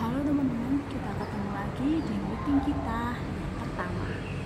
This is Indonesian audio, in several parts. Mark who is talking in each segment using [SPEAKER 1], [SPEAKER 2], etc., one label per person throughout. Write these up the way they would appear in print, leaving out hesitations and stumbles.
[SPEAKER 1] Halo teman-teman, kita ketemu lagi di meeting kita yang pertama.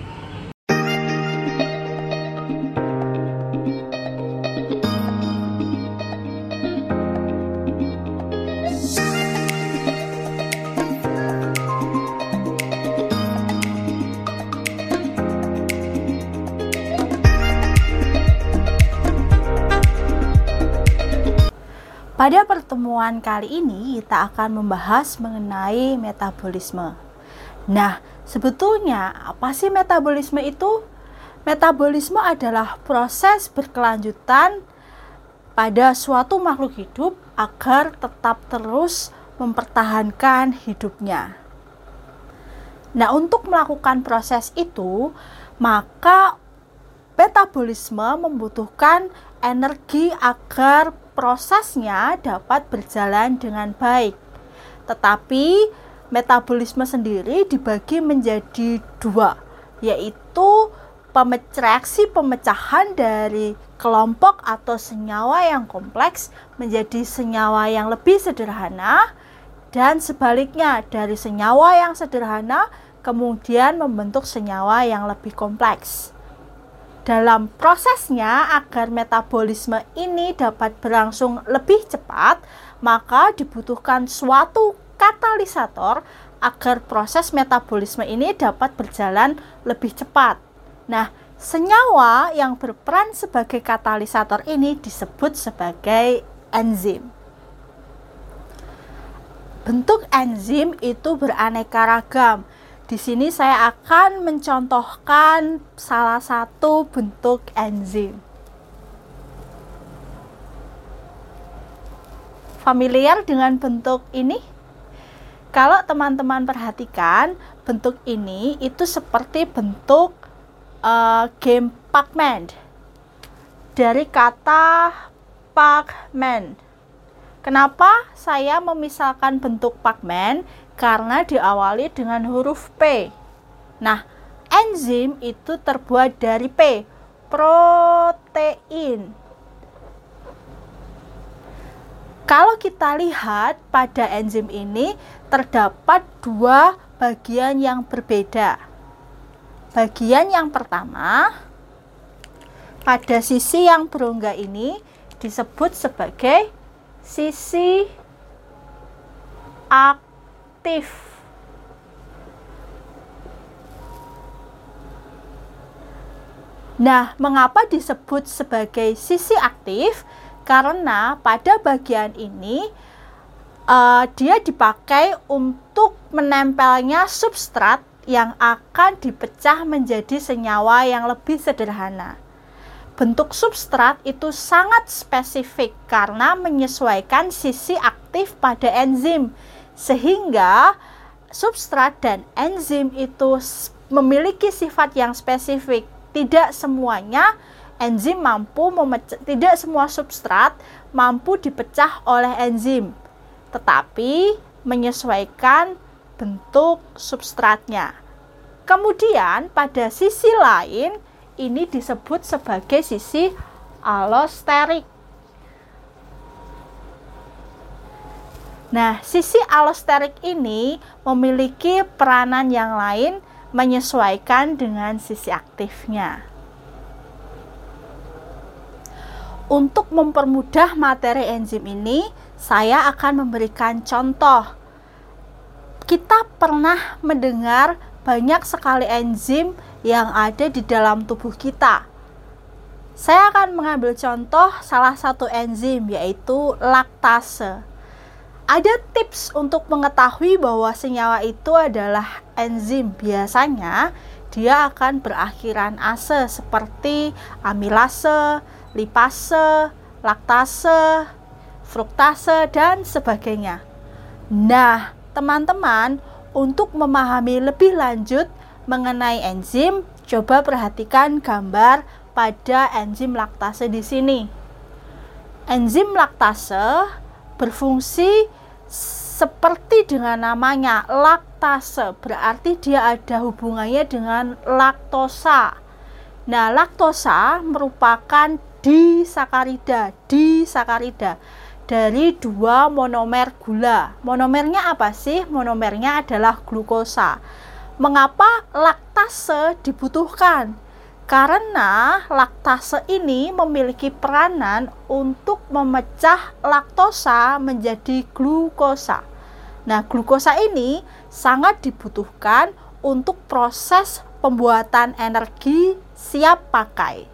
[SPEAKER 1] Pada pertemuan kali ini kita akan membahas mengenai metabolisme. Nah, sebetulnya apa sih metabolisme itu? Metabolisme adalah proses berkelanjutan pada suatu makhluk hidup agar tetap terus mempertahankan hidupnya. Nah, untuk melakukan proses itu, maka metabolisme membutuhkan energi agar prosesnya dapat berjalan dengan baik. Tetapi metabolisme sendiri dibagi menjadi dua, yaitu reaksi pemecahan dari kelompok atau senyawa yang kompleks menjadi senyawa yang lebih sederhana, dan sebaliknya dari senyawa yang sederhana kemudian membentuk senyawa yang lebih kompleks. Dalam prosesnya, agar metabolisme ini dapat berlangsung lebih cepat, maka dibutuhkan suatu katalisator agar proses metabolisme ini dapat berjalan lebih cepat. Nah, senyawa yang berperan sebagai katalisator ini disebut sebagai enzim. Bentuk enzim itu beraneka ragam. Di sini saya akan mencontohkan salah satu bentuk enzim. Familiar dengan bentuk ini? Kalau teman-teman perhatikan, bentuk ini itu seperti bentuk game Pac-Man. Dari kata Pac-Man. Kenapa saya memisalkan bentuk Pac-Man? Karena diawali dengan huruf P. Nah, enzim itu terbuat dari P, protein. Kalau kita lihat pada enzim ini terdapat dua bagian yang berbeda. Bagian yang pertama, pada sisi yang berongga ini disebut sebagai sisi aktif. Nah, mengapa disebut sebagai sisi aktif? Karena pada bagian ini dia dipakai untuk menempelnya substrat yang akan dipecah menjadi senyawa yang lebih sederhana. Bentuk substrat itu sangat spesifik karena menyesuaikan sisi aktif pada enzim, sehingga substrat dan enzim itu memiliki sifat yang spesifik. Tidak semuanya enzim tidak semua substrat mampu dipecah oleh enzim, tetapi menyesuaikan bentuk substratnya. Kemudian pada sisi lain ini disebut sebagai sisi allosterik. Nah, sisi allosterik ini memiliki peranan yang lain menyesuaikan dengan sisi aktifnya. Untuk mempermudah materi enzim ini, saya akan memberikan contoh. Kita pernah mendengar banyak sekali enzim yang ada di dalam tubuh kita. Saya akan mengambil contoh salah satu enzim, yaitu laktase. Ada tips untuk mengetahui bahwa senyawa itu adalah enzim. Biasanya dia akan berakhiran ase seperti amilase, lipase, laktase, fruktase, dan sebagainya. Nah, teman-teman, untuk memahami lebih lanjut mengenai enzim, coba perhatikan gambar pada enzim laktase di sini. Enzim laktase berfungsi seperti dengan namanya, laktase, berarti dia ada hubungannya dengan laktosa. Nah, laktosa merupakan disakarida. dari dua monomer gula. Monomernya apa sih? Monomernya adalah glukosa. Mengapa laktase dibutuhkan? Karena laktase ini memiliki peranan untuk memecah laktosa menjadi glukosa. Nah, glukosa ini sangat dibutuhkan untuk proses pembuatan energi siap pakai.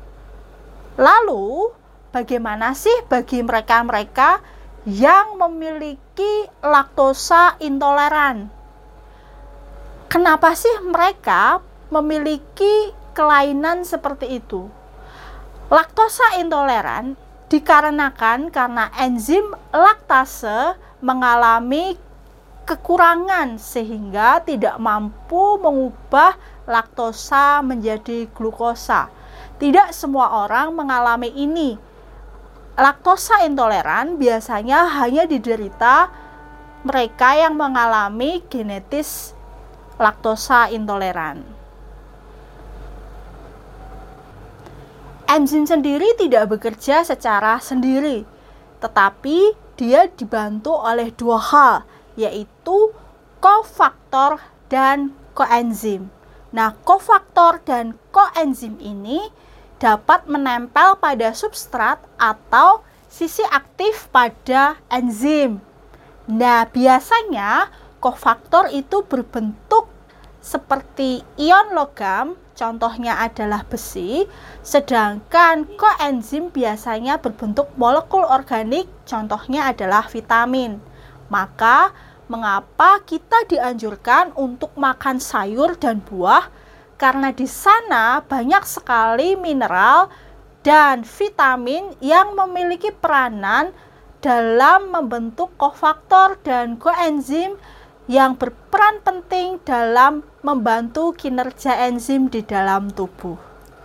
[SPEAKER 1] Lalu, bagaimana sih bagi mereka-mereka yang memiliki laktosa intoleran? Kenapa sih mereka memiliki kelainan seperti itu? Laktosa intoleran dikarenakan karena enzim laktase mengalami kekurangan sehingga tidak mampu mengubah laktosa menjadi glukosa. Tidak semua orang mengalami ini. Laktosa intoleran biasanya hanya diderita mereka yang mengalami genetis laktosa intoleran. Enzim sendiri tidak bekerja secara sendiri, tetapi dia dibantu oleh dua hal, yaitu kofaktor dan koenzim. Nah, kofaktor dan koenzim ini dapat menempel pada substrat atau sisi aktif pada enzim. Nah, biasanya kofaktor itu berbentuk seperti ion logam, contohnya adalah besi, sedangkan koenzim biasanya berbentuk molekul organik, contohnya adalah vitamin. Maka, mengapa kita dianjurkan untuk makan sayur dan buah? Karena di sana banyak sekali mineral dan vitamin yang memiliki peranan dalam membentuk kofaktor dan koenzim yang berperan penting dalam membantu kinerja enzim di dalam tubuh.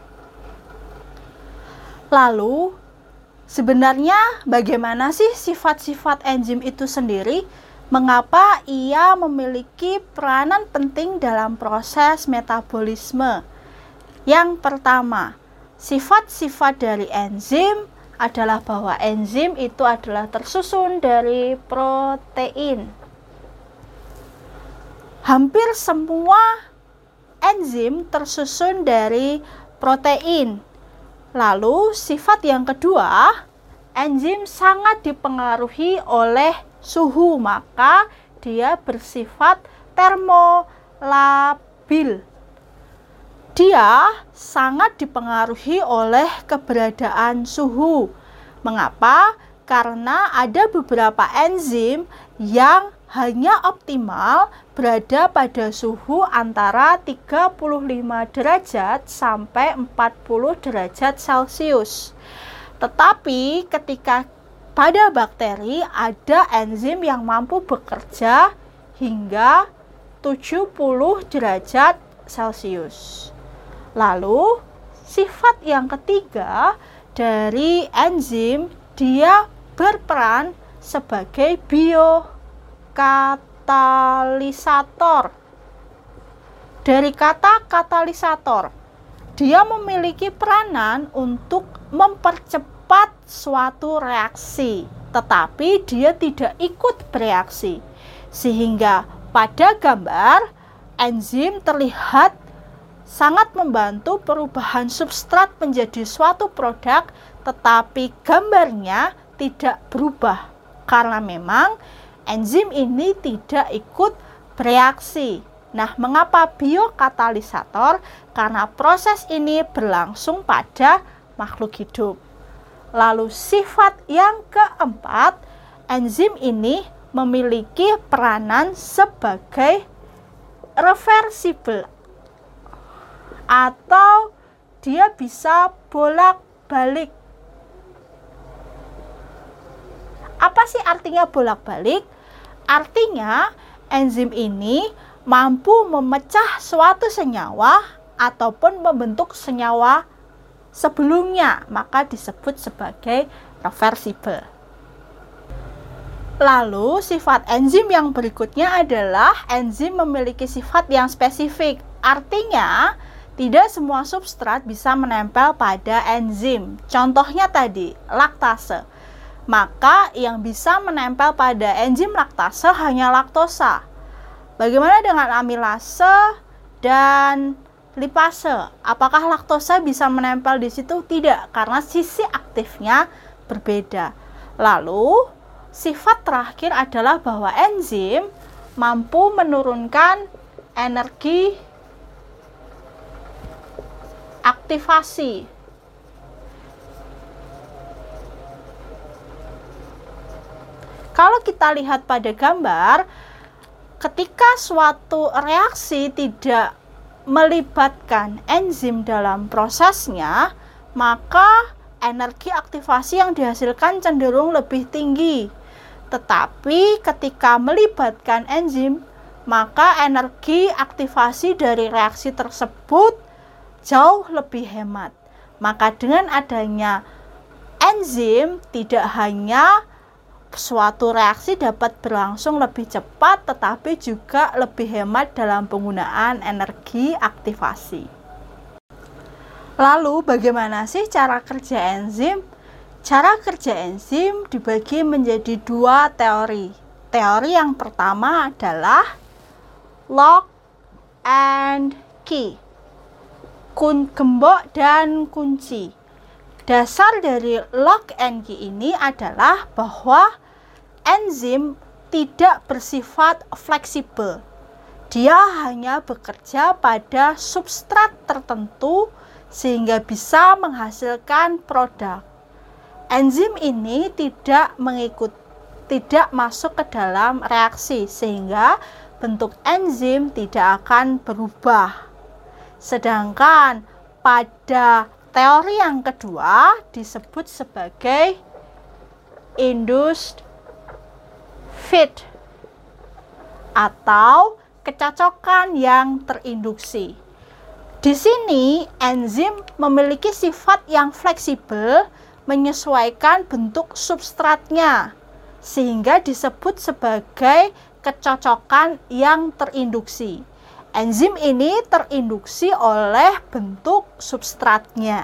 [SPEAKER 1] Lalu, sebenarnya bagaimana sih sifat-sifat enzim itu sendiri? Mengapa ia memiliki peranan penting dalam proses metabolisme? Yang pertama, sifat-sifat dari enzim adalah bahwa enzim itu adalah tersusun dari protein. Hampir semua enzim tersusun dari protein. Lalu sifat yang kedua, enzim sangat dipengaruhi oleh suhu, maka dia bersifat termolabil. Dia sangat dipengaruhi oleh keberadaan suhu. Mengapa? Karena ada beberapa enzim yang hanya optimal berada pada suhu antara 35 derajat sampai 40 derajat Celcius. Tetapi ketika pada bakteri ada enzim yang mampu bekerja hingga 70 derajat Celcius. Lalu sifat yang ketiga dari enzim, dia berperan sebagai biokatalisator. Dari kata katalisator, dia memiliki peranan untuk mempercepat suatu reaksi, tetapi dia tidak ikut bereaksi. Sehingga pada gambar, enzim terlihat sangat membantu perubahan substrat menjadi suatu produk, tetapi gambarnya tidak berubah karena memang enzim ini tidak ikut bereaksi. Nah, mengapa biokatalisator? Karena proses ini berlangsung pada makhluk hidup. Lalu sifat yang keempat, enzim ini memiliki peranan sebagai reversibel atau dia bisa bolak-balik. Apa sih artinya bolak-balik? Artinya enzim ini mampu memecah suatu senyawa ataupun membentuk senyawa sebelumnya, maka disebut sebagai reversibel. Lalu sifat enzim yang berikutnya adalah enzim memiliki sifat yang spesifik. Artinya tidak semua substrat bisa menempel pada enzim. Contohnya tadi, laktase. maka yang bisa menempel pada enzim laktase hanya laktosa. Bagaimana dengan amilase dan lipase? Apakah laktosa bisa menempel di situ? Tidak, karena sisi aktifnya berbeda. Lalu, sifat terakhir adalah bahwa enzim mampu menurunkan energi aktivasi. Kalau kita lihat pada gambar, ketika suatu reaksi tidak melibatkan enzim dalam prosesnya, maka energi aktivasi yang dihasilkan cenderung lebih tinggi. Tetapi ketika melibatkan enzim, maka energi aktivasi dari reaksi tersebut jauh lebih hemat. Maka dengan adanya enzim, tidak hanya suatu reaksi dapat berlangsung lebih cepat, tetapi juga lebih hemat dalam penggunaan energi aktivasi. Lalu bagaimana sih cara kerja enzim? Cara kerja enzim dibagi menjadi dua teori. Teori yang pertama adalah lock and key, gembok dan kunci. Dasar dari lock and key ini adalah bahwa enzim tidak bersifat fleksibel. Dia hanya bekerja pada substrat tertentu sehingga bisa menghasilkan produk. Enzim ini tidak masuk ke dalam reaksi, sehingga bentuk enzim tidak akan berubah. Sedangkan pada teori yang kedua disebut sebagai induced fit atau kecocokan yang terinduksi. Di sini enzim memiliki sifat yang fleksibel menyesuaikan bentuk substratnya, sehingga disebut sebagai kecocokan yang terinduksi. Enzim ini terinduksi oleh bentuk substratnya.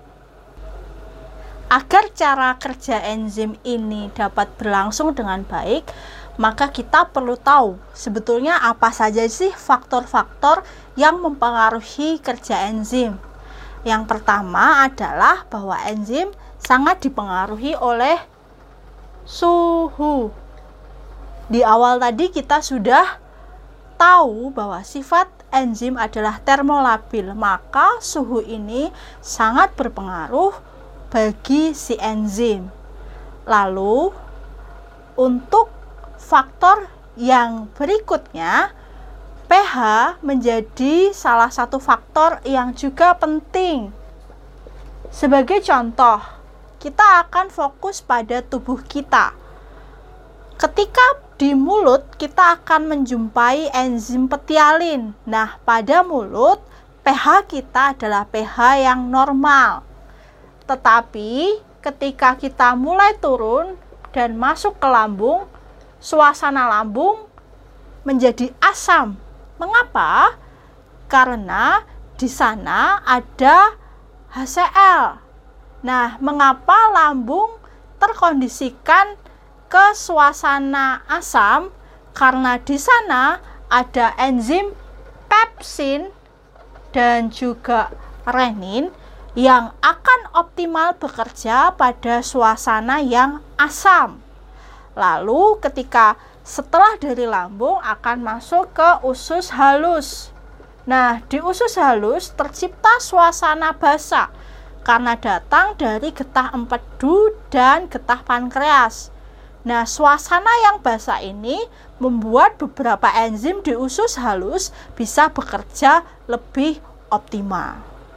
[SPEAKER 1] Agar cara kerja enzim ini dapat berlangsung dengan baik, maka kita perlu tahu sebetulnya apa saja sih faktor-faktor yang mempengaruhi kerja enzim. Yang pertama adalah bahwa enzim sangat dipengaruhi oleh suhu. Di awal tadi kita sudah tahu bahwa sifat enzim adalah termolabil, maka suhu ini sangat berpengaruh bagi si enzim. Lalu untuk faktor yang berikutnya, pH menjadi salah satu faktor yang juga penting. Sebagai contoh, kita akan fokus pada tubuh kita. Ketika di mulut, kita akan menjumpai enzim petialin. Nah, pada mulut, pH kita adalah pH yang normal. Tetapi, ketika kita mulai turun dan masuk ke lambung, suasana lambung menjadi asam. Mengapa? Karena di sana ada HCl. Nah, mengapa lambung terkondisikan ke suasana asam? Karena di sana ada enzim pepsin dan juga renin yang akan optimal bekerja pada suasana yang asam. Lalu ketika setelah dari lambung akan masuk ke usus halus. Nah, di usus halus tercipta suasana basa karena datang dari getah empedu dan getah pankreas. Nah, suasana yang basa ini membuat beberapa enzim di usus halus bisa bekerja lebih optimal.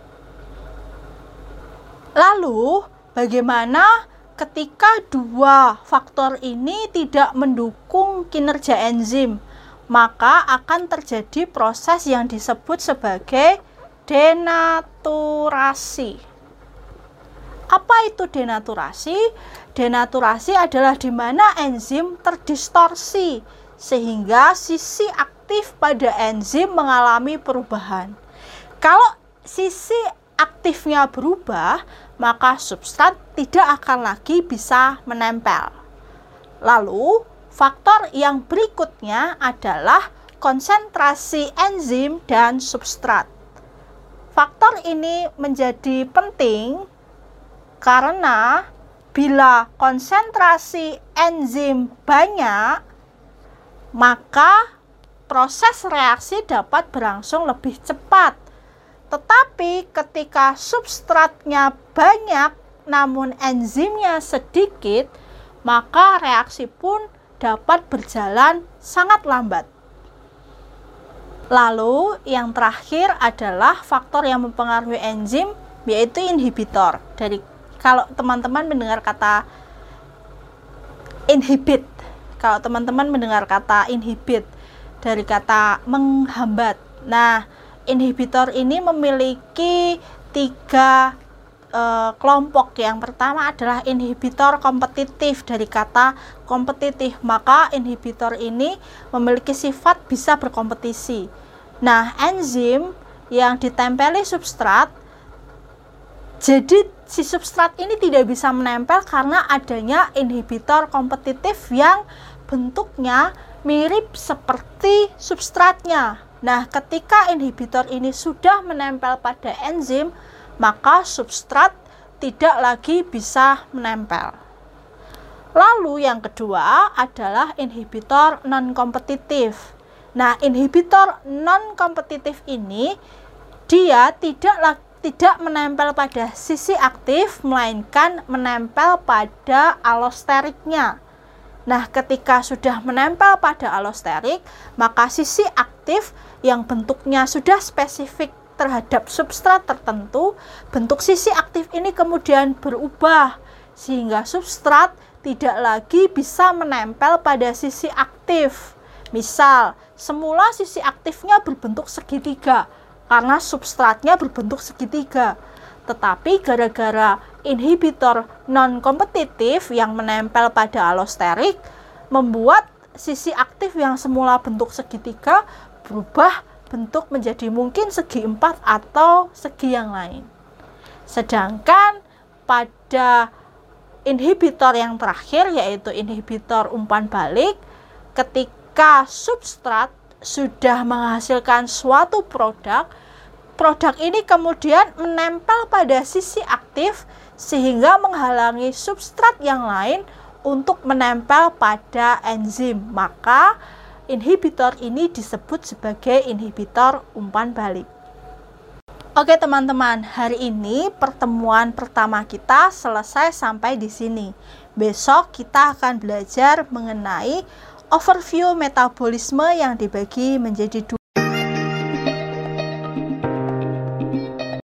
[SPEAKER 1] Lalu, bagaimana ketika dua faktor ini tidak mendukung kinerja enzim? Maka akan terjadi proses yang disebut sebagai denaturasi. Apa itu denaturasi? Denaturasi adalah di mana enzim terdistorsi sehingga sisi aktif pada enzim mengalami perubahan. Kalau sisi aktifnya berubah, maka substrat tidak akan lagi bisa menempel. Lalu, faktor yang berikutnya adalah konsentrasi enzim dan substrat. Faktor ini menjadi penting karena bila konsentrasi enzim banyak, maka proses reaksi dapat berlangsung lebih cepat. Tetapi ketika substratnya banyak namun enzimnya sedikit, maka reaksi pun dapat berjalan sangat lambat. Lalu yang terakhir adalah faktor yang mempengaruhi enzim, yaitu inhibitor. Kalau teman-teman mendengar kata inhibit, dari kata menghambat. Nah, inhibitor ini memiliki 3 kelompok. Yang pertama adalah inhibitor kompetitif, dari kata kompetitif, maka inhibitor ini memiliki sifat bisa berkompetisi. Nah, enzim yang ditempeli substrat, jadi si substrat ini tidak bisa menempel karena adanya inhibitor kompetitif yang bentuknya mirip seperti substratnya. Nah, ketika inhibitor ini sudah menempel pada enzim, maka substrat tidak lagi bisa menempel. Lalu yang kedua adalah inhibitor non-kompetitif. Nah, inhibitor non-kompetitif ini dia tidak menempel pada sisi aktif, melainkan menempel pada alosteriknya. Nah, ketika sudah menempel pada alosterik, maka sisi aktif yang bentuknya sudah spesifik terhadap substrat tertentu, bentuk sisi aktif ini kemudian berubah sehingga substrat tidak lagi bisa menempel pada sisi aktif. Misal, semula sisi aktifnya berbentuk segitiga karena substratnya berbentuk segitiga. Tetapi gara-gara inhibitor non-kompetitif yang menempel pada alosterik membuat sisi aktif yang semula bentuk segitiga berubah bentuk menjadi mungkin segi 4 atau segi yang lain. Sedangkan pada inhibitor yang terakhir, yaitu inhibitor umpan balik, ketika substrat sudah menghasilkan suatu produk ini kemudian menempel pada sisi aktif sehingga menghalangi substrat yang lain untuk menempel pada enzim. Maka inhibitor ini disebut sebagai inhibitor umpan balik. Oke teman-teman, hari ini pertemuan pertama kita selesai sampai di sini. Besok kita akan belajar mengenai overview metabolisme yang dibagi menjadi 2